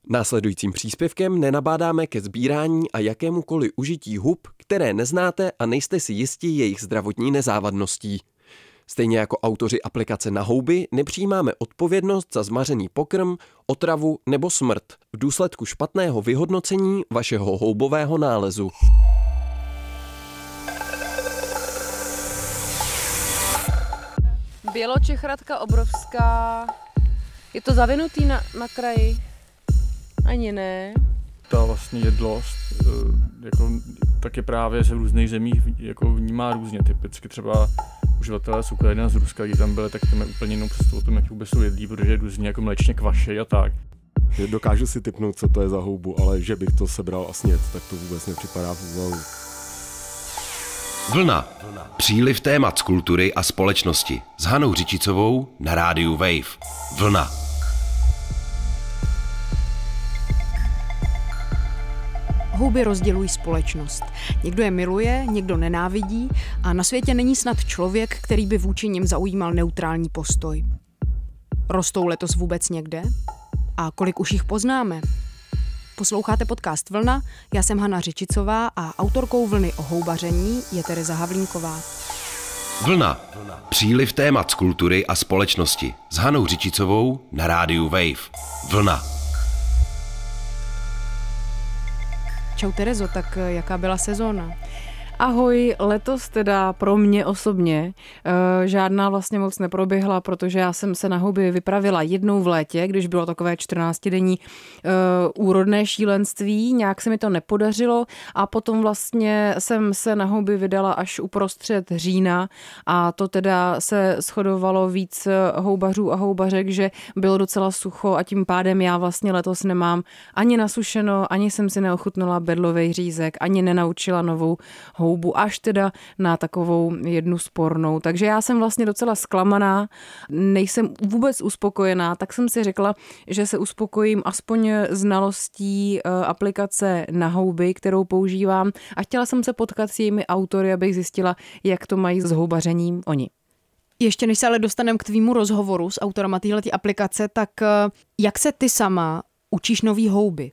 Následujícím příspěvkem nenabádáme ke sbírání a jakémukoliv užití hub, které neznáte a nejste si jistí jejich zdravotní nezávadností. Stejně jako autoři aplikace na houby nepřijímáme odpovědnost za zmařený pokrm, otravu nebo smrt v důsledku špatného vyhodnocení vašeho houbového nálezu. Běločechratka obrovská. Je to zavinutý na kraji? Ani ne. Ta vlastně jedlost jako, taky právě se v různých zemích jako vnímá různě. Typicky třeba uživatelé cukrárny z Ruska, kdy tam byli, tak tam je úplně jinou představu o tom, jak vůbec jsou jedlí, protože je různě jako mléčně kvašej a tak. Dokážu si tipnout, co to je za houbu, ale že bych to sebral a snět, tak to vůbec nepřipadá v úvahu. Vlna. Příliv témat z kultury a společnosti s Hanou Řičicovou na rádiu Wave. Vlna. Houby rozdělují společnost. Někdo je miluje, někdo nenávidí a na světě není snad člověk, který by vůči nim zaujímal neutrální postoj. Rostou letos vůbec někde? A kolik už jich poznáme? Posloucháte podcast Vlna, já jsem Hana Řičicová a autorkou Vlny o houbaření je Tereza Havlínková. Vlna. Příliv témat z kultury a společnosti s Hanou Řičicovou na rádiu Wave. Vlna. Čau Terezo, tak jaká byla sezóna? Ahoj, letos teda pro mě osobně žádná vlastně moc neproběhla, protože já jsem se na houby vypravila jednou v létě, když bylo takové 14denní úrodné šílenství, nějak se mi to nepodařilo a potom vlastně jsem se na houby vydala až uprostřed října a to teda se shodovalo víc houbařů a houbařek, že bylo docela sucho a tím pádem já vlastně letos nemám ani nasušeno, ani jsem si neochutnala bedlovej řízek, ani nenaučila novou houbu, až teda na takovou jednu spornou. Takže já jsem vlastně docela zklamaná, nejsem vůbec uspokojená, tak jsem si řekla, že se uspokojím aspoň znalostí aplikace na houby, kterou používám a chtěla jsem se potkat s jejími autory, abych zjistila, jak to mají s houbařením oni. Ještě než se ale dostaneme k tvýmu rozhovoru s autorama téhletý aplikace, tak jak se ty sama učíš nový houby?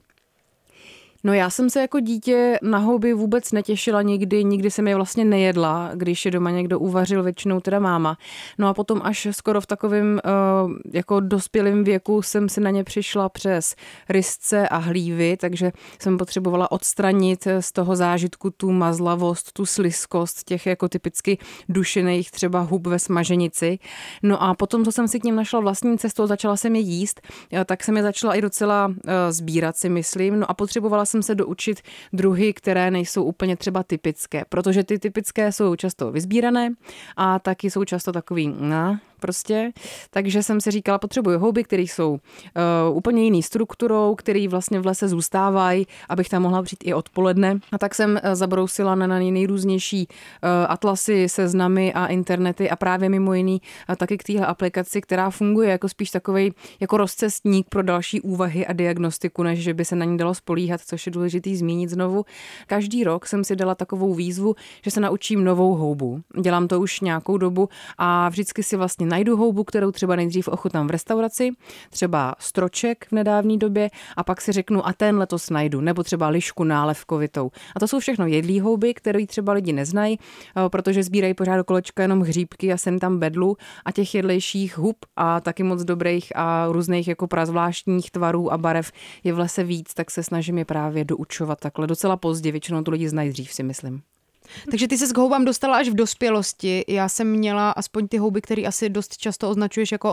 No já jsem se jako dítě na houby vůbec netěšila nikdy jsem je vlastně nejedla, když je doma někdo uvařil, většinou teda máma. No a potom až skoro v takovém jako dospělém věku jsem si na ně přišla přes rysce a hlívy, takže jsem potřebovala odstranit z toho zážitku tu mazlavost, tu slizkost těch jako typicky dušených třeba hub ve smaženici. No a potom, co jsem si k nim našla vlastní cestou, začala jsem je jíst, tak jsem je začala i docela sbírat, si myslím. No a potřebovala jsem se doučit druhy, které nejsou úplně třeba typické, protože ty typické jsou často vysbírané a taky jsou často takový prostě. Takže jsem si říkala, potřebuji houby, které jsou úplně jiný strukturou, které vlastně v lese zůstávají, abych tam mohla přijít i odpoledne. A tak jsem zabrousila na nejrůznější atlasy, seznamy a internety a právě mimo jiný taky k téhle aplikaci, která funguje jako spíš takovej jako rozcestník pro další úvahy a diagnostiku, než že by se na ní dalo spolíhat, což je důležitý zmínit znovu. Každý rok jsem si dala takovou výzvu, že se naučím novou houbu. Dělám to už nějakou dobu a vždycky si vlastně najdu houbu, kterou třeba nejdřív ochutnám v restauraci, třeba stroček v nedávné době a pak si řeknu a ten letos najdu, nebo třeba lišku nálevkovitou. A to jsou všechno jedlý houby, které třeba lidi neznají, protože sbírají pořád do kolečka jenom hříbky a sem tam bedlu a těch jedlejších hub a taky moc dobrých a různých jako prazvláštních tvarů a barev je v lese víc, tak se snažím je právě doučovat takhle docela pozdě, většinou to lidi znají dřív, si myslím. Takže ty se k houbám dostala až v dospělosti. Já jsem měla aspoň ty houby, které asi dost často označuješ jako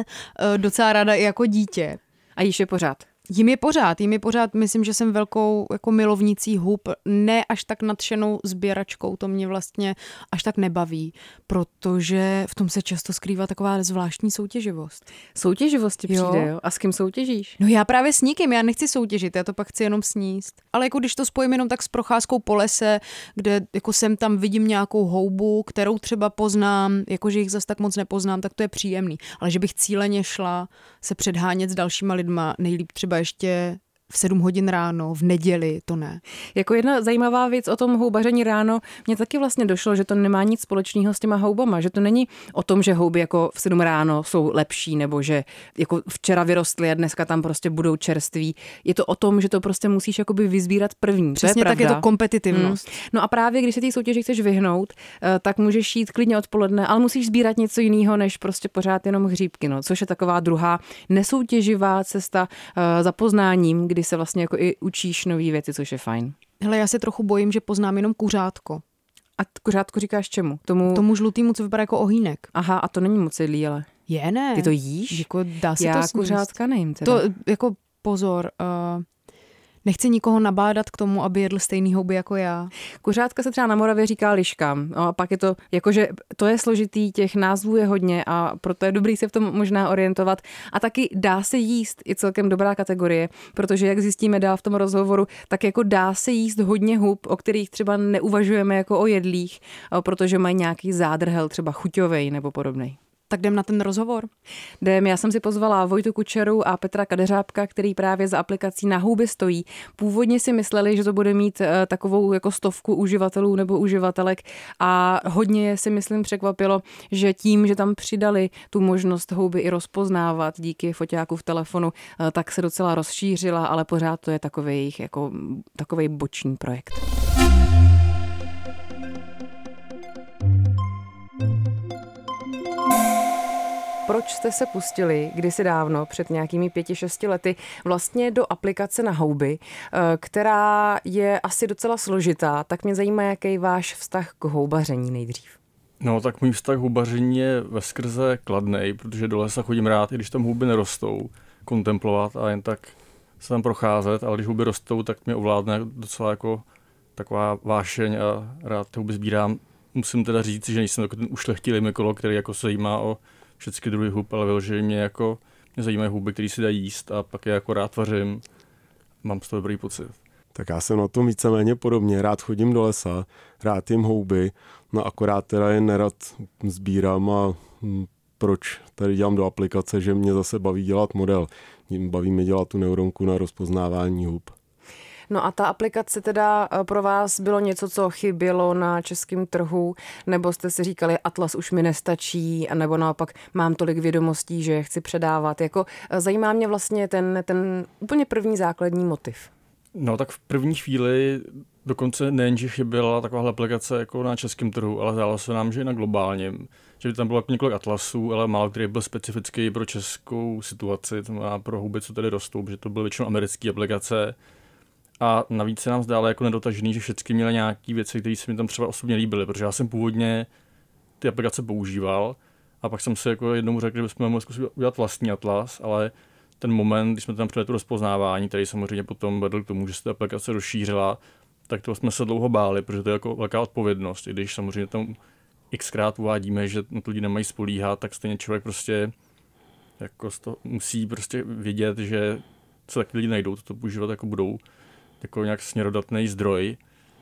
docela ráda i jako dítě. A jíš je pořád? Jím je pořád, myslím, že jsem velkou jako milovnicí hub, ne až tak nadšenou sběračkou, to mě vlastně až tak nebaví, protože v tom se často skrývá taková zvláštní soutěživost. Soutěživost ti přijde, jo? A s kým soutěžíš? No já právě s nikým, já nechci soutěžit, já to pak chci jenom sníst. Ale jako když to spojím jenom tak s procházkou po lese, kde jako sem tam vidím nějakou houbu, kterou třeba poznám, jakože jich zas tak moc nepoznám, tak to je příjemný. Ale že bych cíleně šla se předhánět s dalšíma lidma, nejlíp třeba ještě v 7 hodin ráno, v neděli, to ne. Jako jedna zajímavá věc o tom houbaření ráno, mně taky vlastně došlo, že to nemá nic společného s těma houbama, že to není o tom, že houby jako v 7 ráno jsou lepší, nebo že jako včera vyrostly a dneska tam prostě budou čerství. Je to o tom, že to prostě musíš jakoby vyzbírat první. Přesně tak, je to kompetitivnost. No a právě když se té soutěži chceš vyhnout, tak můžeš jít klidně odpoledne, ale musíš sbírat něco jiného, než prostě pořád jenom hříbky, no, což je taková druhá nesoutěživá cesta za poznáním, kdy se vlastně jako i učíš nový věci, což je fajn. Hele, já se trochu bojím, že poznám jenom kuřátko. A kuřátko říkáš čemu? Tomu žlutýmu, co vypadá jako ohýnek. Aha, a to není moc jedlý, ale... Je, ne. Ty to jíš? Jako dá se já to sníst. kuřátka nejím teda. To jako pozor, nechci nikoho nabádat k tomu, aby jedl stejný houby jako já. Kuřátka se třeba na Moravě říká liškám. No a pak je to, jakože to je složitý, těch názvů je hodně a proto je dobrý se v tom možná orientovat. A taky dá se jíst i celkem dobrá kategorie, protože jak zjistíme dál v tom rozhovoru, tak jako dá se jíst hodně hub, o kterých třeba neuvažujeme jako o jedlích, protože mají nějaký zádrhel, třeba chuťovej nebo podobnej. Tak jdem na ten rozhovor. Já jsem si pozvala Vojtu Kučeru a Petra Kadeřábka, který právě za aplikací Na houby stojí. Původně si mysleli, že to bude mít takovou jako 100 uživatelů nebo uživatelek a hodně si myslím překvapilo, že tím, že tam přidali tu možnost houby i rozpoznávat díky foťáku v telefonu, tak se docela rozšířila, ale pořád to je takovej boční projekt. Proč jste se pustili kdysi dávno, před nějakými 5-6 lety, vlastně do aplikace Na houby, která je asi docela složitá, tak mě zajímá, jaký je váš vztah k houbaření nejdřív. No tak můj vztah k houbaření je veskrze kladnej, protože do lesa chodím rád, i když tam houby nerostou, kontemplovat a jen tak se tam procházet, ale když houby rostou, tak mě ovládne docela jako taková vášeň a rád houby sbírám. Musím teda říct, že nejsem jako ten ušlechtilý mykolog, který jako se zajímá o všechny druhy hub, ale vyloženě mě zajímají houby, které si dají jíst a pak je jako rád vařím. Mám z toho dobrý pocit. Tak já jsem na tom víceméně podobně. Rád chodím do lesa, rád jim houby, no akorát teda je nerad sbírám a proč tady dělám do aplikace, že mě zase baví dělat model. Baví mě dělat tu neuronku na rozpoznávání hub. No a ta aplikace teda pro vás bylo něco, co chybělo na českém trhu, nebo jste si říkali, Atlas už mi nestačí, nebo naopak mám tolik vědomostí, že je chci předávat. Jako zajímá mě vlastně ten úplně první základní motiv. No tak v první chvíli dokonce nejen, že chyběla taková aplikace jako na českém trhu, ale zdálo se nám, že i na globálním. Že by tam bylo několik atlasů, ale málo který byl specifický pro českou situaci, to znamená pro houby, co tady rostou, protože to byly většinou americké aplikace. A navíc se nám zdálo jako nedotažený, že všechny měly nějaké věci, které se mi tam třeba osobně líbily, protože já jsem původně ty aplikace používal a pak jsem si jako jednou řekl, že bychom mohli zkusit udělat vlastní atlas, ale ten moment, když jsme tam přidali to rozpoznávání, který samozřejmě potom vedl k tomu, že se ta aplikace rozšířila, tak to jsme se dlouho báli, protože to je jako velká odpovědnost. I když samozřejmě tam xkrát uvádíme, že na to lidi nemají spolíhat, tak stejně člověk prostě jako musí prostě vědět, že se taky lidi najdou, to používat jako budou jako nějak směrodatný zdroj.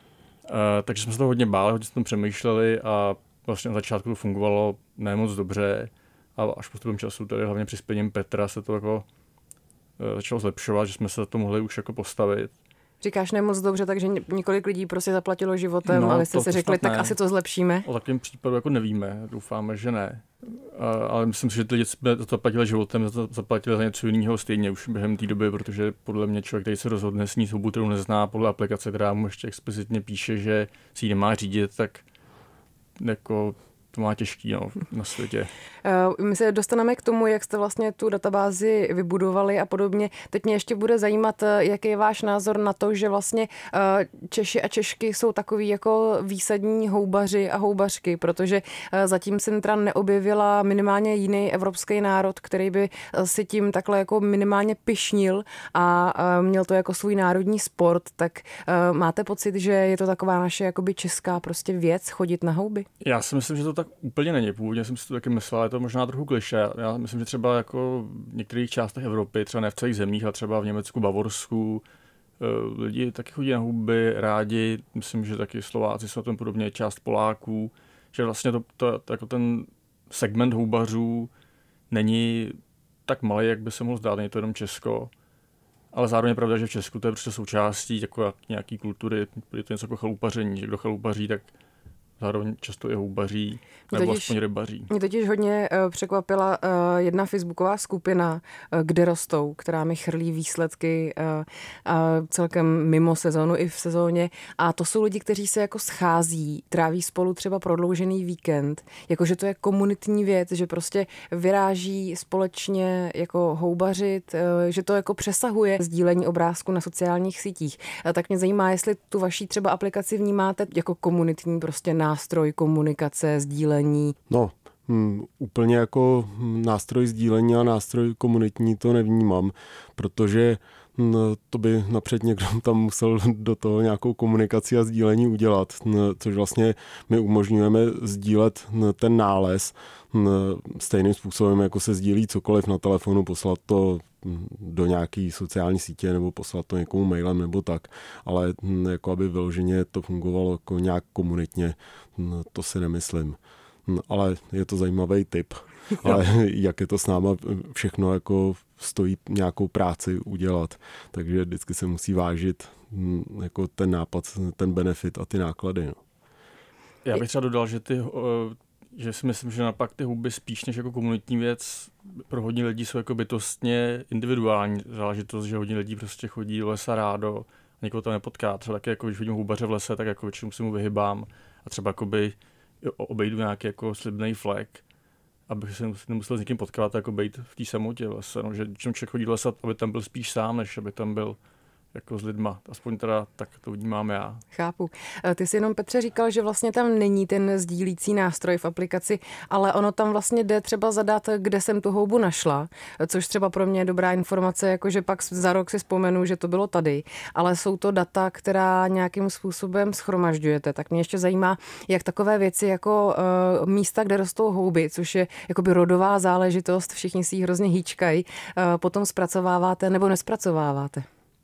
Takže jsme se to hodně báli, hodně jsme tam přemýšleli a vlastně na začátku to fungovalo ne moc dobře a až postupem času, tady hlavně přispěním Petra, se to jako začalo zlepšovat, že jsme se to mohli už jako postavit. Říkáš ne moc dobře, takže několik lidí prostě zaplatilo životem, no, a vy jste si řekli, tak asi to zlepšíme. O takovém případu jako nevíme, doufáme, že ne. Ale myslím si, že ty lidi to zaplatili životem, zaplatili za něco jiného stejně už během té doby, protože podle mě člověk, který se rozhodne sníst houbu, kterou nezná, podle aplikace, která mu ještě explicitně píše, že si ji nemá řídit, tak jako to má těžký na světě. My se dostaneme k tomu, jak jste vlastně tu databázi vybudovali a podobně. Teď mě ještě bude zajímat, jaký je váš názor na to, že vlastně Češi a Češky jsou takový jako výsadní houbaři a houbařky, protože zatím jsem teda neobjevila minimálně jiný evropský národ, který by si tím takhle jako minimálně pyšnil a měl to jako svůj národní sport, tak máte pocit, že je to taková naše jakoby česká prostě věc chodit na houby? Já si myslím, že to tak úplně není. Původně jsem si to taky myslel, je to možná trochu klišé. Já myslím, že třeba jako v některých částech Evropy, třeba ne v celých zemích, ale třeba v Německu, Bavorsku, lidi taky chodí na houby rádi. Myslím, že taky Slováci jsou na tom podobně, část Poláků, že vlastně to jako ten segment houbařů není tak malý, jak by se mohl zdát, není to jenom Česko. Ale zároveň je pravda, že v Česku to je prostě součástí jako nějaký kultury, je to něco jako chalupaření, že kdo chalupaří, tak zároveň často i houbaří, nebo aspoň rybaří. Mě totiž hodně překvapila jedna facebooková skupina, Kde rostou, která mi chrlí výsledky celkem mimo sezónu i v sezóně. A to jsou lidi, kteří se jako schází, tráví spolu třeba prodloužený víkend. Jakože to je komunitní věc, že prostě vyráží společně jako houbařit, že to jako přesahuje sdílení obrázku na sociálních sítích. Tak mě zajímá, jestli tu vaší třeba aplikaci vnímáte jako komunitní prostě nástroj komunikace, sdílení. No, úplně jako nástroj sdílení a nástroj komunitní to nevnímám, protože to by napřed někdo tam musel do toho nějakou komunikaci a sdílení udělat, což vlastně my umožňujeme sdílet ten nález stejným způsobem, jako se sdílí cokoliv na telefonu, poslat to do nějaký sociální sítě nebo poslat to někomu mailem nebo tak, ale jako aby vyloženě to fungovalo jako nějak komunitně, to si nemyslím. Ale je to zajímavý tip. Ale jak je to s náma všechno jako stojí nějakou práci udělat. Takže vždycky se musí vážit jako ten nápad, ten benefit a ty náklady. No. Já bych třeba dodal, že si myslím, že napak ty houby spíš než jako komunitní věc pro hodně lidí jsou jako bytostně individuální záležitost, že hodně lidí prostě chodí do lesa rádo a někoho tam nepotká. Třeba taky jako když vidím houbaře v lese, tak jako většinou se mu vyhybám a třeba jakoby obejdu nějaký jako slibný flek, abych se nemusel s někým potkávat, jako být v té samotě v lese. No, že člověk chodí do lesa, aby tam byl spíš sám, než aby tam byl jako s lidma. Aspoň teda tak to vnímám já. Chápu. Ty jsi jenom, Petře, říkal, že vlastně tam není ten sdílící nástroj v aplikaci, ale ono tam vlastně jde třeba zadat, kde jsem tu houbu našla, což třeba pro mě je dobrá informace, jakože pak za rok si vzpomenu, že to bylo tady, ale jsou to data, která nějakým způsobem shromažďujete. Tak mě ještě zajímá, jak takové věci jako místa, kde rostou houby, což je jakoby rodová záležitost, všichni si ji hrozně hýčkají, potom zpracováváte nebo nespracováváte.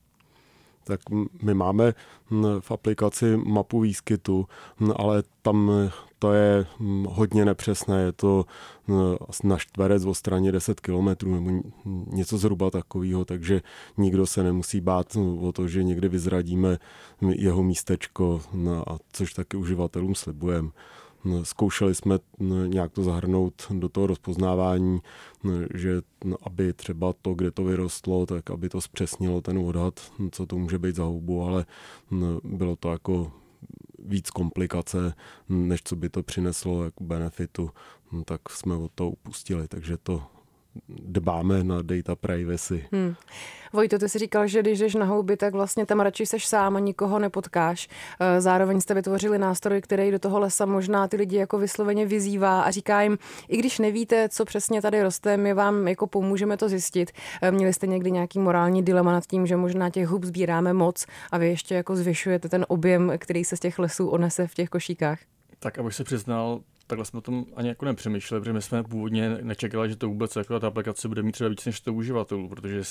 Tak my máme v aplikaci mapu výskytu, ale tam to je hodně nepřesné. Je to na čtverec o straně 10 kilometrů nebo něco zhruba takového, takže nikdo se nemusí bát o to, že někde vyzradíme jeho místečko, což taky uživatelům slibujeme. Zkoušeli jsme nějak to zahrnout do toho rozpoznávání, že aby třeba to, kde to vyrostlo, tak aby to zpřesnilo ten odhad, co to může být za houbu, ale bylo to jako víc komplikace, než co by to přineslo jako benefitu, tak jsme od toho upustili, takže to dbáme na data privacy. Vojto, ty jsi říkal, že když jdeš na houby, tak vlastně tam radši seš sám a nikoho nepotkáš. Zároveň jste vytvořili nástroj, který do toho lesa možná ty lidi jako vysloveně vyzývá a říká jim, i když nevíte, co přesně tady roste, my vám jako pomůžeme to zjistit. Měli jste někdy nějaký morální dilema nad tím, že možná těch hub sbíráme moc a vy ještě jako zvyšujete ten objem, který se z těch lesů onese v těch košíkách? Tak, abych se přiznal, takhle jsme o tom ani jako nepřemýšleli, protože my jsme původně nečekali, že to vůbec jako ta aplikace bude mít třeba víc než 100 uživatelů, protože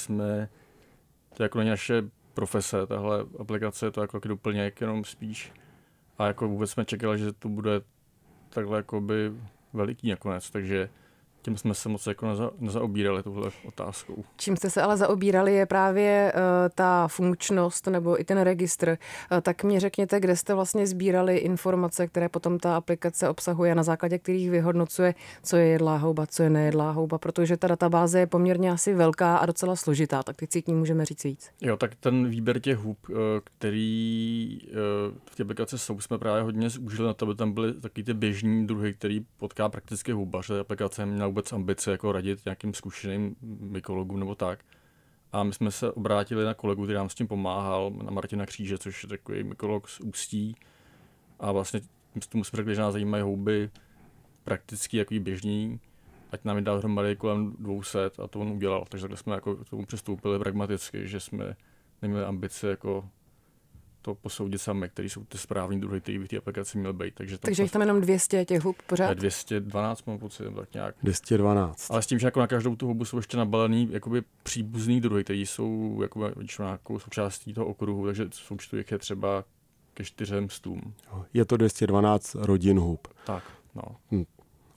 to jako není naše profese, tahle aplikace je to jako doplněk jenom spíš. A jako vůbec jsme čekali, že to bude takhle jakoby veliký nakonec, takže tím jsme se moc jako nezaobírali touhle otázkou. Čím jste se ale zaobírali je právě ta funkčnost nebo i ten registr. Tak mě řekněte, kde jste vlastně sbírali informace, které potom ta aplikace obsahuje, na základě kterých vyhodnocuje, co je jedlá houba, co je nejedlá houba, protože ta databáze je poměrně asi velká a docela složitá, tak teď si k ní můžeme říct víc. Jo, tak ten výběr těch hub, který v té aplikaci jsou, jsme právě hodně zúžili na to, aby tam byly taky ty běžní druhy, který potká prakticky houbař. Aplikace měla vůbec ambice jako radit nějakým zkušeným mykologům nebo tak. A my jsme se obrátili na kolegu, který nám s tím pomáhal, na Martina Kříže, což je takový mykolog z Ústí. A vlastně tomu jsme řekli, že nás zajímají houby prakticky jako běžní, ať nám je dal hromady kolem 200 a to on udělal. Takže takhle jsme jako k tomu přistoupili pragmaticky, že jsme neměli ambice jako to posoudit sami, který jsou ty správní druhy, který by v té aplikaci měly být. Takže jich tam jenom 200 těch hub pořád? 212 mám pocit, tak nějak. 212. Ale s tím, že jako na každou tu hubu jsou ještě nabalený jakoby příbuzný druhy, který jsou jako nějakou součástí toho okruhu, takže součtu jich je třeba ke 400. Je to 212 rodin hub. Tak, no.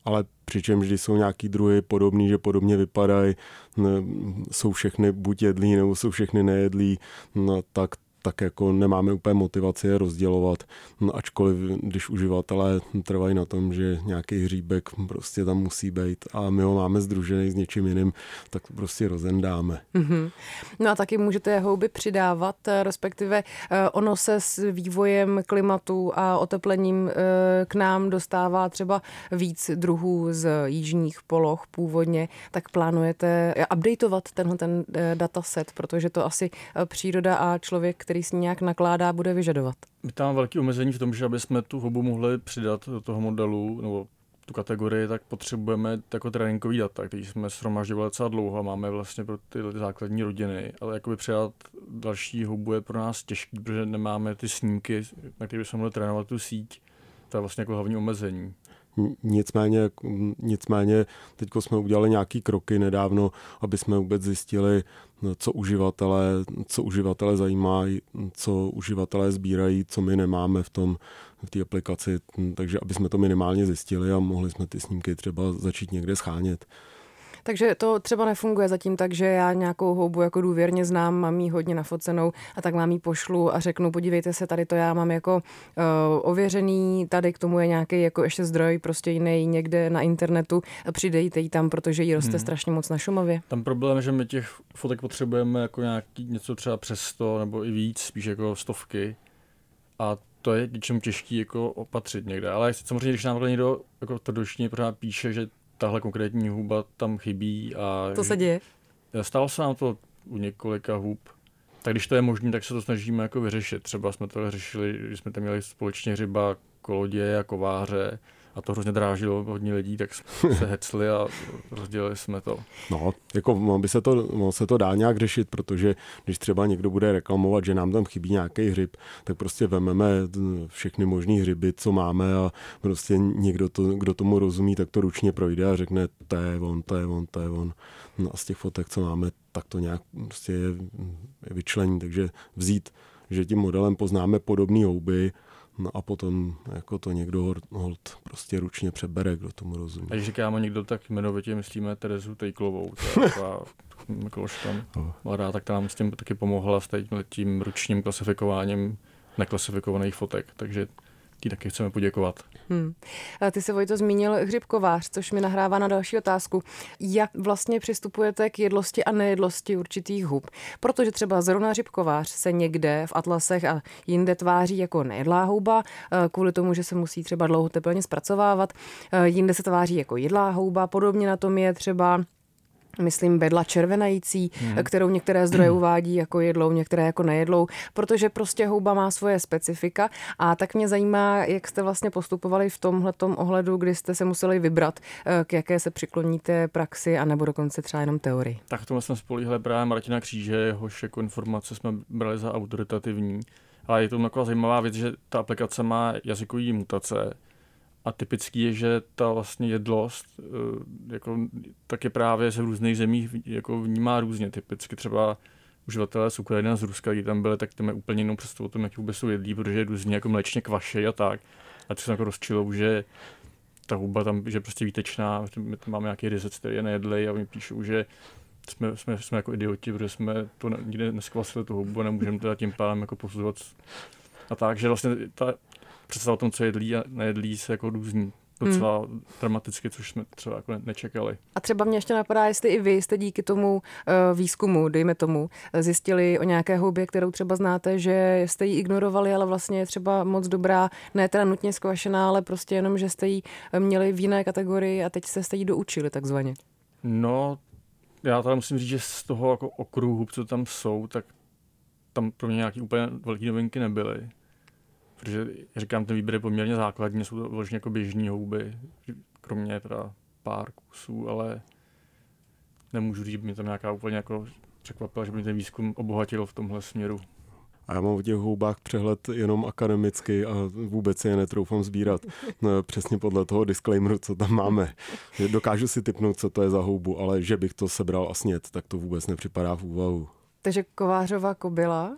ale přičemž když jsou nějaký druhy podobný, že podobně vypadají, jsou všechny buď jedlí, nebo jsou všechny nejedlí, tak jako nemáme úplně motivaci je rozdělovat, ačkoliv když uživatelé trvají na tom, že nějaký hříbek prostě tam musí být a my ho máme sdružený s něčím jiným, tak to prostě rozendáme. Mm-hmm. No a taky můžete houby přidávat, respektive ono se s vývojem klimatu a oteplením k nám dostává třeba víc druhů z jižních poloh původně, tak plánujete updateovat ten dataset, protože to asi příroda a člověk, který s ní nějak nakládá, bude vyžadovat. My tam máme velké omezení v tom, že aby jsme tu houbu mohli přidat do toho modelu nebo tu kategorii, tak potřebujeme jako tréninkový data, který jsme shromažďovali docela dlouho a máme vlastně pro ty základní rodiny, ale jakoby přidat další houbu je pro nás těžký, protože nemáme ty snímky, na které bychom mohli trénovat tu síť. To je vlastně jako hlavní omezení. Nicméně teď jsme udělali nějaký kroky nedávno, aby jsme vůbec zjistili, co uživatele zajímá, co uživatelé sbírají, co my nemáme v té aplikaci, takže aby jsme to minimálně zjistili a mohli jsme ty snímky třeba začít někde shánět. Takže to třeba nefunguje zatím tak, že já nějakou houbu jako důvěrně znám, mám jí hodně nafocenou a tak vám ji pošlu a řeknu, podívejte se, tady to já mám jako ověřený, tady k tomu je nějaký jako ještě zdroj, prostě jiný někde na internetu, přidejte ji tam, protože jí roste strašně moc na Šumavě. Tam problém je, že my těch fotek potřebujeme jako nějaký něco třeba přes 100 nebo i víc, spíš jako stovky a to je něčem těžký jako opatřit někde, ale samozřejmě, když nám někdo jako tradičně pořád píše, že tahle konkrétní houba tam chybí. A to se děje? Stalo se nám to u několika hub. Tak když to je možné, tak se to snažíme jako vyřešit. Třeba jsme to řešili, když jsme tam měli společně hryba, koloděje a kováře a to hrozně drážilo hodně lidí, tak jsme se hecli a rozdělili jsme to. No, jako se to dá nějak řešit, protože když třeba někdo bude reklamovat, že nám tam chybí nějaký hryb, tak prostě vememe všechny možný hryby, co máme a prostě někdo, kdo tomu rozumí, tak to ručně projde a řekne, to je on. No a z těch fotek, co máme, tak to nějak prostě je vyčlení, takže vzít, že tím modelem poznáme podobné houby, no a potom jako to někdo hold prostě ručně přebere, kdo tomu rozumí. A když říkáme někdo, tak jmenovitě myslíme Terezu Tejklovou, to je taková Mikloška mladá, tak ta nám s tím taky pomohla s tím ručním klasifikováním neklasifikovaných fotek, takže ti taky chceme poděkovat. Ty se, Vojto, zmínil hřibkovář, což mi nahrává na další otázku. Jak vlastně přistupujete k jedlosti a nejedlosti určitých hub? Protože třeba zrovna hřibkovář se někde v atlasech a jinde tváří jako nejedlá houba, kvůli tomu, že se musí třeba dlouho teplně zpracovávat. Jinde se tváří jako jedlá houba, podobně na tom je třeba myslím bedla červenající, kterou některé zdroje uvádí jako jedlou, některé jako nejedlou, protože prostě houba má svoje specifika a tak mě zajímá, jak jste vlastně postupovali v tomhletom ohledu, kdy jste se museli vybrat, k jaké se přikloníte praxi a nebo dokonce třeba jenom teorii. Tak v tom jsme spolíhali právě Martina Kříže, jehož jako informace jsme brali za autoritativní. A je to taková zajímavá věc, že ta aplikace má jazykové mutace. A typický je, že ta vlastně jedlost jako, taky právě se v různých zemích jako vnímá různě. Typicky třeba uživatelé z Ukrajiny z Ruska, kdy tam byli, tak tam je úplně jinou představu o tom, jak vůbec jsou jedlí, protože je různě jako mléčně kvašej a tak. A to se jako rozčilou, že ta houba tam že prostě výtečná, my tam máme nějaký ryzec, který je nejedlej a oni píšou, že jsme jako idioti, protože jsme to nikdy neskvasili tu houbu a nemůžeme teda tím pádem jako posuzovat. A tak, že vlastně ta představa o tom, co jedlí a nejedlí, se jako různí docela dramaticky, což jsme třeba jako nečekali. A třeba mě ještě napadá, jestli i vy jste díky tomu výzkumu, dejme tomu, zjistili o nějaké houbě, kterou třeba znáte, že jste ji ignorovali, ale vlastně je třeba moc dobrá, ne teda nutně zkvašená, ale prostě jenom, že jste ji měli v jiné kategorii a teď jste ji doučili takzvaně. No, já teda musím říct, že z toho jako okruhu, co tam jsou, tak tam pro mě nějaký úplně velké novinky nebyly. Protože, říkám, ten výběr je poměrně základní, jsou to vlastně jako běžný houby, kromě teda pár kusů, ale nemůžu říct, že by mě tam nějaká úplně jako překvapila, že by mě ten výzkum obohatil v tomhle směru. A já mám o těch houbách přehled jenom akademicky a vůbec si je netroufám sbírat. No, přesně podle toho disclaimeru, co tam máme. Dokážu si tipnout, co to je za houbu, ale že bych to sebral a snět, tak to vůbec nepřipadá v úvahu. Takže kovářova kobyla?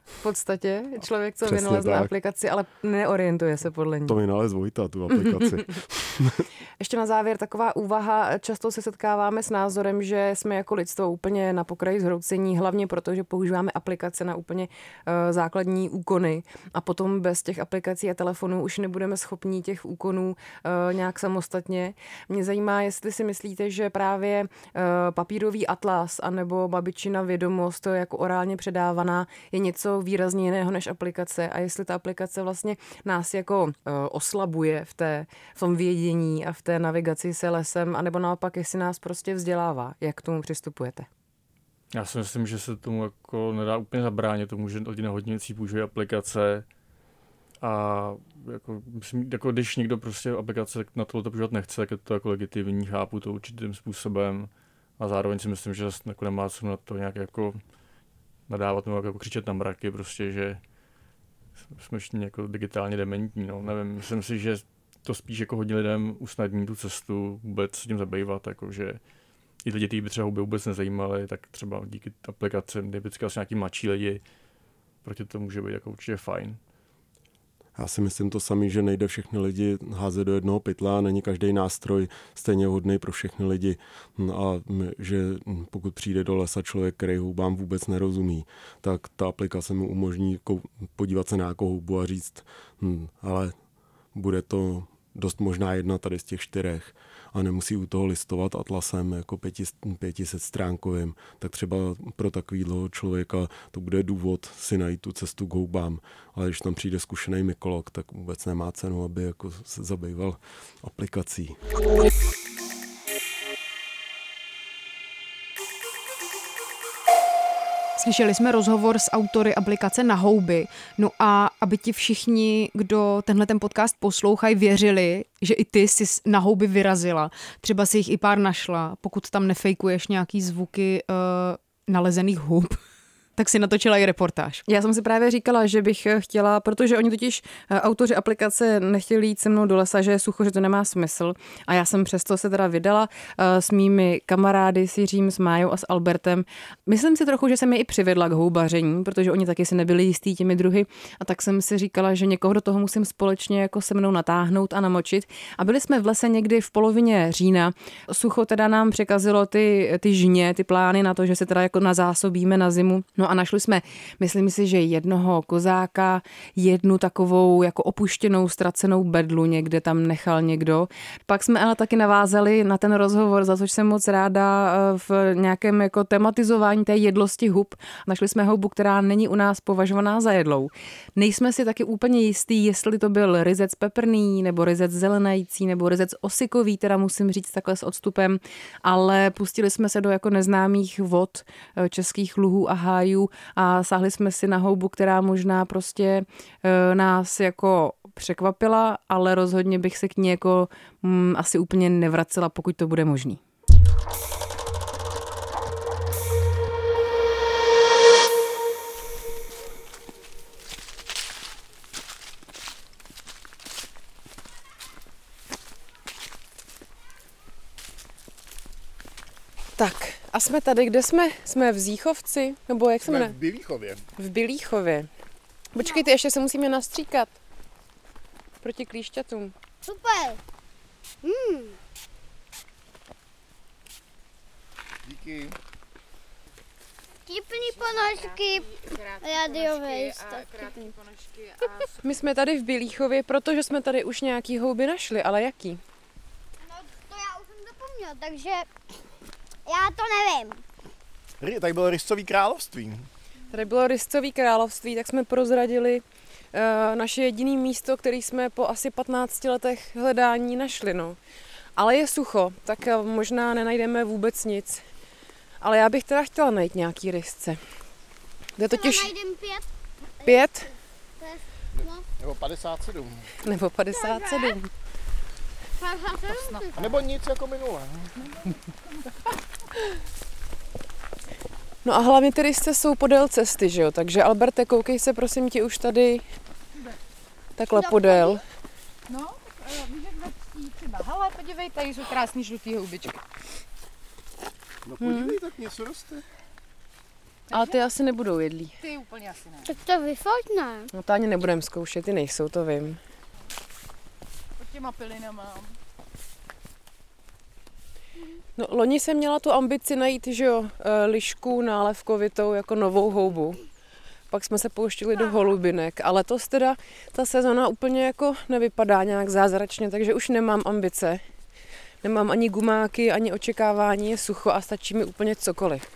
v podstatě. Člověk, co Přesně vynalezne tak. aplikaci, ale neorientuje se podle ní. To vynalez Vojta, tu aplikaci. Ještě na závěr taková úvaha. Často se setkáváme s názorem, že jsme jako lidstvo úplně na pokraji zhroucení, hlavně proto, že používáme aplikace na úplně základní úkony a potom bez těch aplikací a telefonů už nebudeme schopní těch úkonů nějak samostatně. Mě zajímá, jestli si myslíte, že právě papírový atlas anebo babičina vědomost jako orálně předávaná je něco výrazně jiného než aplikace a jestli ta aplikace vlastně nás jako oslabuje v tom vědění a v té navigaci se lesem, anebo naopak, jestli nás prostě vzdělává. Jak k tomu přistupujete? Já si myslím, že se tomu jako nedá úplně zabránit, tomu, že lidi na hodně věcí používají aplikace a jako když někdo prostě aplikace na tohle používat nechce, tak je to jako legitimní, chápu to určitým způsobem a zároveň si myslím, že jako nemá co na to nějak jako nadávat nebo jako křičet na mraky, prostě, že jsme ještě jako digitálně dementní, no, nevím, myslím si, že to spíš jako hodně lidem usnadní tu cestu vůbec se tím zabývat, jakože i lidi, kteří by třeba houby vůbec nezajímali, tak třeba díky aplikacím, typicky asi nějaký mladší lidi, proti to může být jako určitě fajn. Já si myslím to samý, že nejde všechny lidi házet do jednoho pytla a není každý nástroj stejně vhodný pro všechny lidi. A že pokud přijde do lesa člověk, který houbám vůbec nerozumí, tak ta aplikace mu umožní podívat se na nějakou houbu a říct, ale bude to dost možná jedna tady z těch 4 a nemusí u toho listovat atlasem jako 500 stránkovým, tak třeba pro takovýhle člověka to bude důvod si najít tu cestu k houbám. Ale když tam přijde zkušený mykolog, tak vůbec nemá cenu, aby jako se zabýval aplikací. Slyšeli jsme rozhovor s autory aplikace Na houby. No a aby ti všichni, kdo tenhle ten podcast poslouchají, věřili, že i ty jsi na houby vyrazila. Třeba si jich i pár našla, pokud tam nefejkuješ nějaký zvuky nalezených hub. Tak si natočila i reportáž. Já jsem si právě říkala, že bych chtěla, protože oni totiž autoři aplikace nechtěli jít se mnou do lesa, že je sucho, že to nemá smysl. A já jsem přesto se teda vydala s mými kamarády, s Jiřím, s Májou a s Albertem. Myslím si trochu, že jsem je i přivedla k houbaření, protože oni taky si nebyli jistí těmi druhy. A tak jsem si říkala, že někoho do toho musím společně jako se mnou natáhnout a namočit. A byli jsme v lese někdy v polovině října. Sucho teda nám překazilo ty žně, ty plány na to, že se teda jako nazásobíme na zimu. No a našli jsme, myslím si, že jednoho kozáka, jednu takovou jako opuštěnou, ztracenou bedlu někde tam nechal někdo. Pak jsme ale taky navázali na ten rozhovor, za což jsem moc ráda v nějakém jako tematizování té jedlosti hub. Našli jsme houbu, která není u nás považovaná za jedlou. Nejsme si taky úplně jistý, jestli to byl ryzec peprný, nebo ryzec zelenající, nebo ryzec osikový, teda musím říct takhle s odstupem, ale pustili jsme se do jako neznámých vod českých luhů a hájů a sáhli jsme si na houbu, která možná prostě nás jako překvapila, ale rozhodně bych se k ní jako asi úplně nevracela, pokud to bude možný. Tak, a jsme tady, kde jsme? Jsme v Zíchovci? Nebo jak se jmenuje? V Bělíchově. V Bělíchově. Počkejte, ještě se musíme nastříkat. Proti klíšťatům. Super. Díky. Vtipný ponožky. Radiové jistě. My jsme tady v Bělíchově, protože jsme tady už nějaký houby našli, ale jaký? No, to já už jsem zapomněl, takže já to nevím. Tady bylo Ryscový království. Tady bylo Ryscový království, tak jsme prozradili naše jediné místo, které jsme po asi 15 letech hledání našli. No. Ale je sucho, tak možná nenajdeme vůbec nic. Ale já bych teda chtěla najít nějaký rysce. Kde totiž... Najdem 5. 5? Nebo 57. Nebo 57. Nebo nic jako minule. No a hlavně ty rysce jsou podél cesty, že jo? Takže Alberte, koukej se prosím ti už tady takhle podél. No, můžeš třeba. Hele, podívej, tady jsou krásný žlutý houbičky. No podívej, tak něco roste. Ale ty asi nebudou jedlí. Ty úplně asi ne. Tak to vyfoť, ne? No to ani nebudem zkoušet, ty nejsou, to vím. Pod těma pilinama. No, loni jsem měla tu ambici najít, že jo, lišku nálevkovitou jako novou houbu. Pak jsme se pouštili do holubinek, ale letos teda ta sezona úplně jako nevypadá nějak zázračně, takže už nemám ambice. Nemám ani gumáky, ani očekávání, je sucho a stačí mi úplně cokoliv.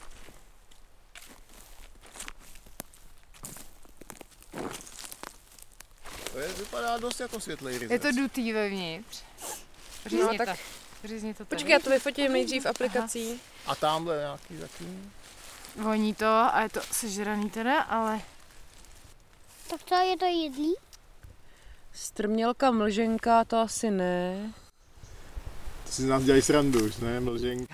To vypadá dost jako světlej ryzec. Je to dutý vevnitř. Řízni to. Řízni to tady. Počkej, já to vyfotím nejdřív aplikací. A tamhle nějaký taky. Voní to a je to sežraný teda, ale... Tak to je to jedlí? Strmělka, mlženka, to asi ne. To si z nás dělají srandu už, ne? Mlženka.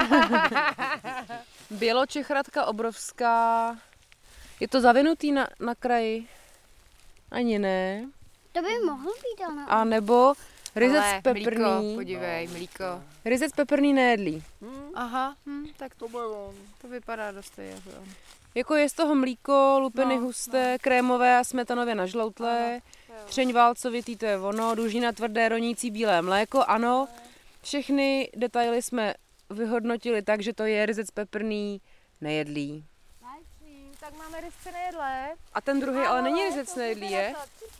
Běločechratka obrovská. Je to zavinutý na kraji? Ani ne. To by mohlo být, ale... A nebo ryzec ale peprný. Mlíko, podívej, mlíko. Ryzec peprný nejedlí. Aha, tak To bude on. to vypadá dost jako on. Jako je z toho mlíko, lupeny No, husté, krémové a smetanově nažloutlé, třeň válcovitý, to je ono, dužina tvrdé, ronící bílé mléko, ano. Všechny detaily jsme vyhodnotili tak, že to je ryzec peprný nejedlý. Tak máme ryzce nejedlé. A ten druhý ale není ryzec nejedlý, je?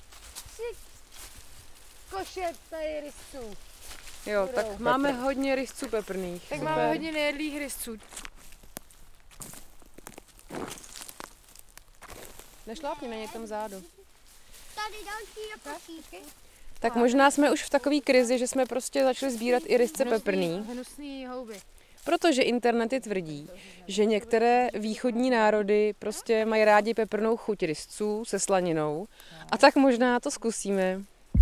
Koše tady ryzců. Jo, tak máme hodně ryzců peprných. Tak Super. máme hodně nejedlých ryzců. Nešlápni na ně tam zádu. Tady další jako šípky. Tak možná jsme už v takové krizi, že jsme prostě začali sbírat i ryzce peprný. Hnusný houby. Protože internety tvrdí, že některé východní národy prostě mají rádi peprnou chuť ryzců se slaninou. A tak možná to zkusíme.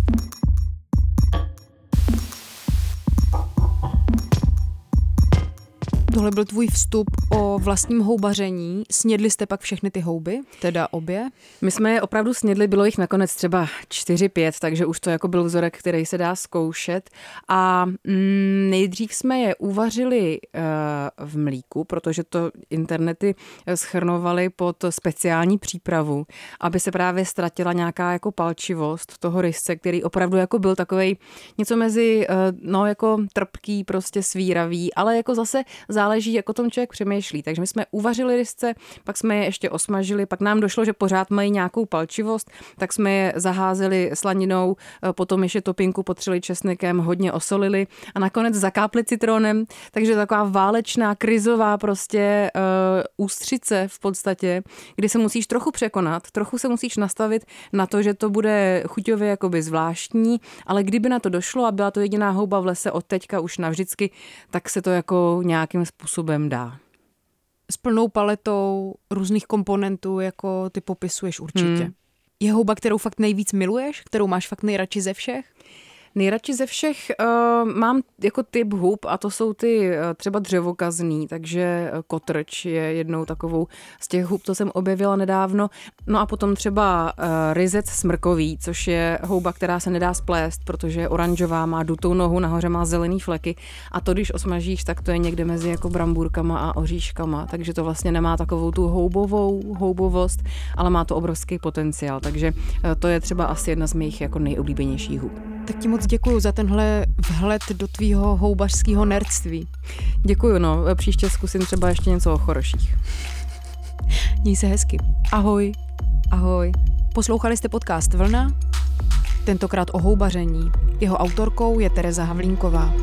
Tohle byl tvůj vstup o vlastním houbaření. Snědli jste pak všechny ty houby, teda obě? My jsme je opravdu snědli, bylo jich nakonec třeba 4-5, takže už to jako byl vzorek, který se dá zkoušet. A nejdřív jsme je uvařili v mlíku, protože to internety schrnovaly pod speciální přípravu, aby se právě ztratila nějaká jako palčivost toho ryzce, který opravdu jako byl takovej něco mezi, no jako trpký, prostě svíravý, ale jako zase záleží, jak o tom člověk přemýšlí. Takže my jsme uvařili ryzce, pak jsme je ještě osmažili, pak nám došlo, že pořád mají nějakou palčivost, tak jsme je zaházeli slaninou, potom ještě topinku potřeli česnekem, hodně osolili a nakonec zakápli citronem, takže taková válečná, krizová prostě ústřice v podstatě, kdy se musíš trochu překonat, trochu se musíš nastavit na to, že to bude chuťově jakoby zvláštní, ale kdyby na to došlo a byla to jediná houba v lese od teďka už navždycky, tak se to jako nějakým způsobem dá. S plnou paletou různých komponentů, jako ty popisuješ určitě. Je houba, kterou fakt nejvíc miluješ? Kterou máš fakt nejradši ze všech? Nejradši ze všech mám jako typ hub a to jsou ty třeba dřevokazný, takže kotrč je jednou takovou z těch hub, co jsem objevila nedávno. No a potom třeba ryzec smrkový, což je houba, která se nedá splést, protože je oranžová, má dutou nohu, nahoře má zelený fleky a to, když osmažíš, tak to je někde mezi jako brambůrkama a oříškama, takže to vlastně nemá takovou tu houbovost, ale má to obrovský potenciál, takže to je třeba asi jedna z mých jako nejoblíbenějších hub. Tak ti moc děkuju za tenhle vhled do tvýho houbařského nerdství. Děkuju, no. Příště zkusím třeba ještě něco o choroších. Měj se hezky. Ahoj. Ahoj. Poslouchali jste podcast Vlna? Tentokrát o houbaření. Jeho autorkou je Tereza Havlínková.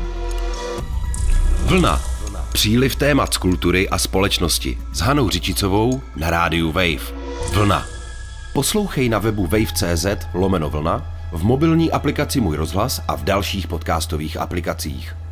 Vlna. Příliv témat z kultury a společnosti s Hanou Řičicovou na rádiu Wave. Vlna. Poslouchej na webu wave.cz/vlna, v mobilní aplikaci Můj rozhlas a v dalších podcastových aplikacích.